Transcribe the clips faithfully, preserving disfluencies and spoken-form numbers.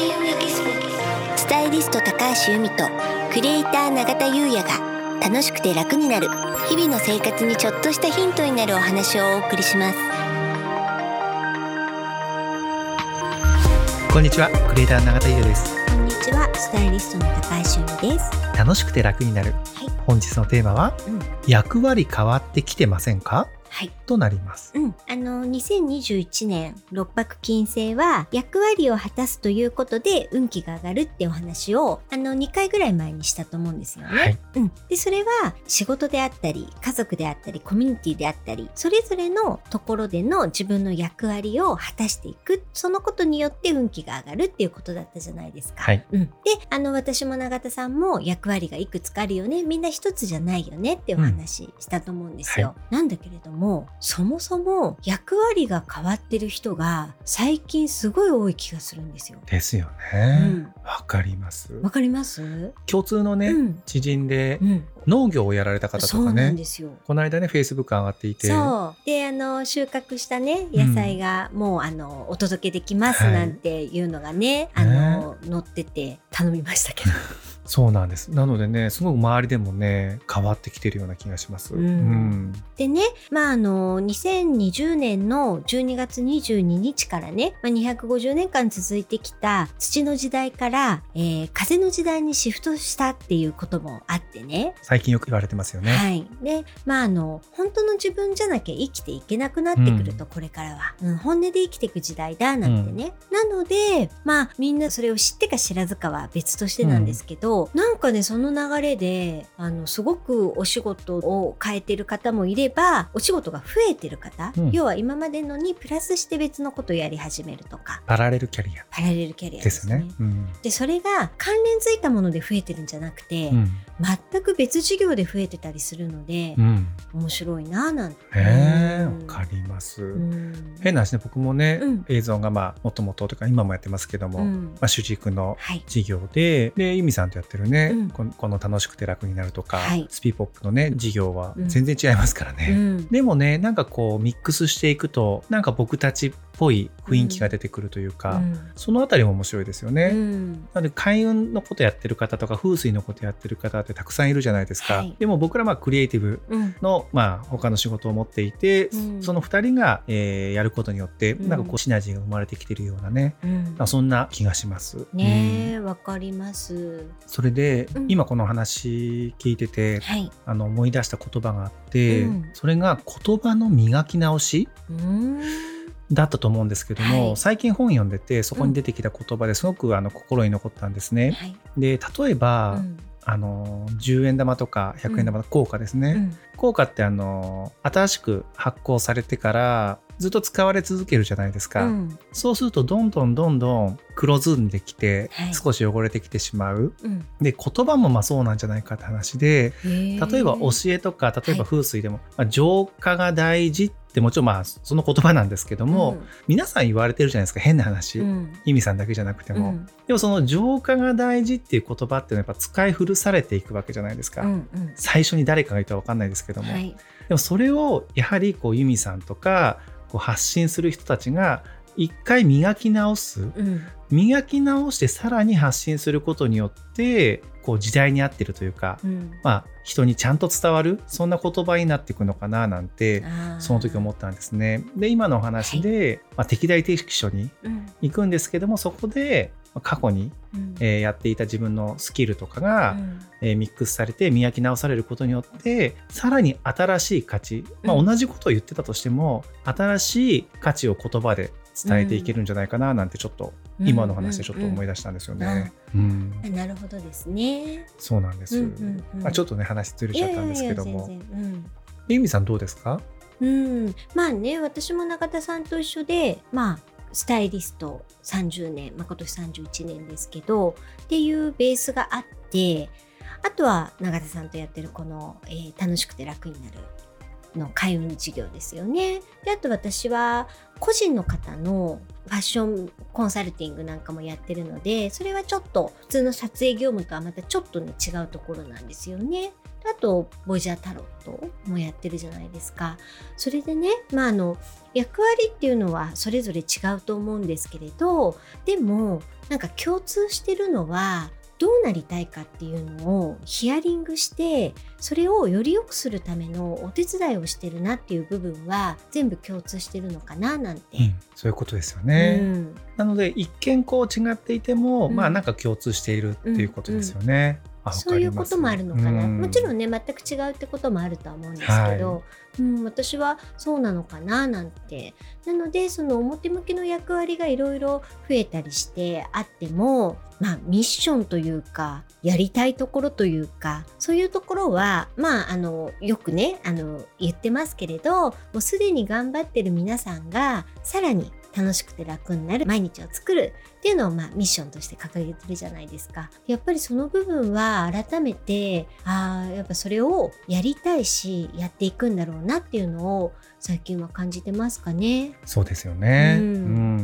開運エキスポ、スタイリスト高橋由美とクリエイター永田優也が楽しくて楽になる日々の生活にちょっとしたヒントになるお話をお送りします。 こんにちは、クリエイター永田優也です。 こんにちは、スタイリストの高橋由美です。 楽しくて楽になる、はい、本日のテーマは、うん、役割変わってきてませんか、はい、となります、うん、 あのにせんにじゅういちねん六白金星は役割を果たすということで運気が上がるっていうお話をあのにかいぐらい前にしたと思うんですよね、はいうん、でそれは仕事であったり家族であったりコミュニティであったりそれぞれのところでの自分の役割を果たしていく、そのことによって運気が上がるっていうことだったじゃないですか、はいうん、であの私も永田さんも役割がいくつかあるよね、みんな一つじゃないよねってお話したと思うんですよ、うんはい、なんだけれどももうそもそも役割が変わってる人が最近すごい多い気がするんですよ。 ですよね。わ、うん、かります。 わかります。 共通のね、うん、知人で、うん、農業をやられた方とかね。そうなんですよ。この間ね、Facebook 上がっていて。 そう。で、あの収穫したね野菜がもう、うん、あのお届けできますなんていうのがね、はい、あの、ね、載ってて頼みましたけど。 そうなんです。なのでね、すごく周りでもね変わってきてるような気がします、うんうん、 でね、まああのにせんにじゅうねんのじゅうにがつにじゅうににちからね、まあ、にひゃくごじゅうねんかん続いてきた土の時代から、えー、風の時代にシフトしたっていうこともあってね、 最近よく言われてますよね。 はい。で、まああの本当の自分じゃなきゃ生きていけなくなってくると、うん、これからは、うん、本音で生きていく時代だなんてね、うん、なのでまあみんなそれを知ってか知らずかは別としてなんですけど、うんなんかねその流れであのすごくお仕事を変えてる方もいればお仕事が増えてる方、うん、要は今までのにプラスして別のことをやり始めるとかパラレルキャリアパラレルキャリアですね。ですね、うん、でそれが関連づいたもので増えてるんじゃなくて、うん、全く別事業で増えてたりするので、うん、面白いななんて。 へー、わかります、うん、変な話ね、僕もね、うん、映像がまあもともととか今もやってますけども、うんまあ、主軸の事業で、はい、で由美さんとやってるねうん、この、この楽しくて楽になるとか、はい、スピポップのね事業は全然違いますからね、うん、でもねなんかこうミックスしていくとなんか僕たちっぽい雰囲気が出てくるというか、うん、そのあたりも面白いですよね、うん、なので開運のことやってる方とか風水のことやってる方ってたくさんいるじゃないですか、はい、でも僕らはクリエイティブの、うんまあ、他の仕事を持っていて、うん、そのふたりが、えー、やることによってなんかこうシナジーが生まれてきてるようなね、うん、そんな気がしますね。わ、うん、かります。 それで、うん、今この話聞いてて、はい、あの思い出した言葉があって、うん、それが言葉の磨き直し、うんだったと思うんですけども、はい、最近本読んでてそこに出てきた言葉ですごくあの心に残ったんですね、はい、で例えば、うん、あのじゅうえん玉とかひゃくえん玉の硬貨ですね、うん、硬貨ってあの新しく発行されてからずっと使われ続けるじゃないですか、うん、そうするとどんどんどんどん黒ずんできて、はい、少し汚れてきてしまう、うん、で言葉もまあそうなんじゃないかって話で、例えば教えとか例えば風水でも、はいまあ、浄化が大事ってもちろんまあその言葉なんですけども、うん、皆さん言われてるじゃないですか、変な話、うん、意味さんだけじゃなくても、うん、でもその浄化が大事っていう言葉っていうのはやっぱ使い古されていくわけじゃないですか、うんうん、最初に誰かが言ったら分かんないですけども、はい、でもそれをやはりこう由美さんとかこう発信する人たちが一回磨き直す、うん、磨き直してさらに発信することによってこう時代に合ってるというか、うんまあ、人にちゃんと伝わるそんな言葉になっていくのかななんてその時思ったんですね。で今のお話で、はいまあ、適材適所に行くんですけども、うん、そこで過去に、うんえー、やっていた自分のスキルとかが、うんえー、ミックスされて磨き直されることによってさらに新しい価値、まあ、同じことを言ってたとしても、うん、新しい価値を言葉で伝えていけるんじゃないかななんてちょっと今の話でちょっと思い出したんですよね。 なるほどですね。 そうなんです、うんうんうんまあ、ちょっとね話ずれちゃったんですけども、由美さんどうですか？ うん、まあね私も永田さんと一緒でまあスタイリストさんじゅうねん、まあ、今年さんじゅういちねんですけどっていうベースがあって、あとは永田さんとやってるこの、えー、楽しくて楽になるの開運事業ですよね。であと私は個人の方のファッションコンサルティングなんかもやってるので、それはちょっと普通の撮影業務とはまたちょっとね違うところなんですよね。あとボイジャータロットもやってるじゃないですか。それでね、まああの役割っていうのはそれぞれ違うと思うんですけれど、でもなんか共通してるのはどうなりたいかっていうのをヒアリングして、それをより良くするためのお手伝いをしてるなっていう部分は全部共通してるのかななんて、うん、 そういうことですよね、うん、なので一見こう違っていても、うん、まあなんか共通しているっていうことですよね、うんうんそういうこともあるのかな、うん、もちろんね全く違うってこともあるとは思うんですけど、はいうん、私はそうなのかななんて。なのでその表向きの役割がいろいろ増えたりしてあっても、まあミッションというかやりたいところというかそういうところはまああのよくねあの言ってますけれど、もうすでに頑張ってる皆さんがさらに楽しくて楽になる毎日を作るっていうのをまあミッションとして掲げてるじゃないですか。やっぱりその部分は改めてあやっぱそれをやりたいしやっていくんだろうなっていうのを最近は感じてますかね。 そうですよね、うんうん、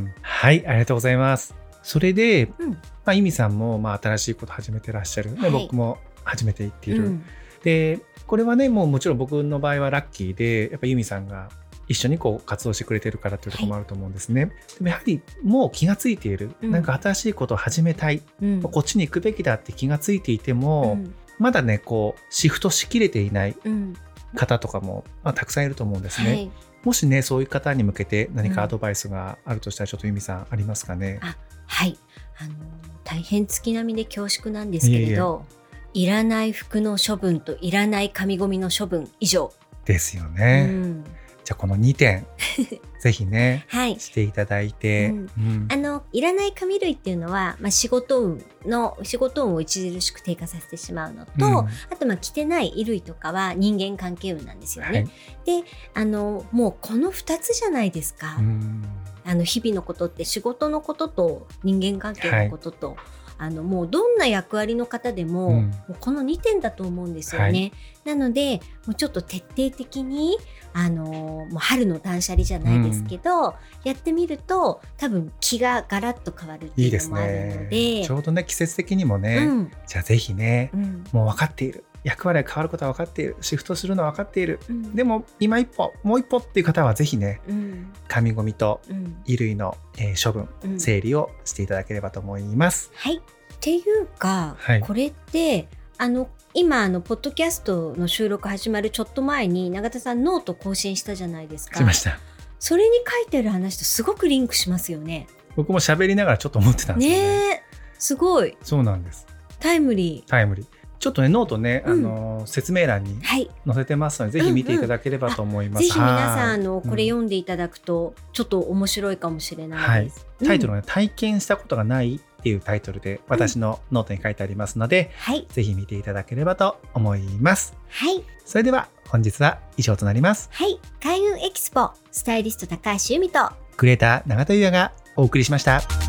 はいありがとうございます。それで、うんまあ、イミさんもまあ新しいこと始めてらっしゃる、はい、僕も始めていっている、うん、でこれはねもうもちろん僕の場合はラッキーでやっぱユミさんが一緒にこう活動してくれてるからというところもあると思うんですね、はい、でもやはりもう気がついている、うん、なんか新しいことを始めたい、うん、こっちに行くべきだって気がついていても、うん、まだねこうシフトしきれていない方とかも、まあ、たくさんいると思うんですね、はい、もしねそういう方に向けて何かアドバイスがあるとしたらちょっとユミさんありますかね。 あはいあの大変月並みで恐縮なんですけれど、いやいやいらない服の処分といらない紙ゴミの処分以上ですよね、うんじゃあこのにてんぜひね、はい、していただいて、うんうん、あのいらない紙類っていうのは、まあ、仕事運の仕事運を著しく低下させてしまうのと、うん、あとまあ着てない衣類とかは人間関係運なんですよね、はい、であのもうこのふたつじゃないですか、うん、あの日々のことって仕事のことと人間関係のことと、はいあのもうどんな役割の方でも、うん、もうこのにてんだと思うんですよね、はい、なのでもうちょっと徹底的にあのもう春の断捨離じゃないですけど、うん、やってみると多分気がガラッと変わるっていうのもあるの で, いいですね、 ちょうどね季節的にもね、うん、じゃあぜひね、うん、もう分かっている役割が変わることは分かっているシフトするのは分かっている、うん、でも今一歩もう一歩っていう方はぜひね、うん、紙ゴミと衣類の、えー、処分、うん、整理をしていただければと思います。 はいっていうか、はい、これってあの今あのポッドキャストの収録始まるちょっと前に永田さんノート更新したじゃないですか。 しました。 それに書いてる話とすごくリンクしますよね。 僕も喋りながらちょっと思ってたんですよね。 ねすごいそうなんです。 タイムリータイムリーちょっとねノートね、うん、あの説明欄に載せてますので、はい、ぜひ見ていただければと思います、うんうん、 ぜひ皆さんあのこれ読んでいただくとちょっと面白いかもしれないです、 はい、タイトルは、ねうん、体験したことがないっていうタイトルで私のノートに書いてありますので、うん、ぜひ見ていただければと思います。 はい、 それでは本日は以上となります。 はい、開運エキスポスタイリスト高橋由美とクリエイター永田優也がお送りしました。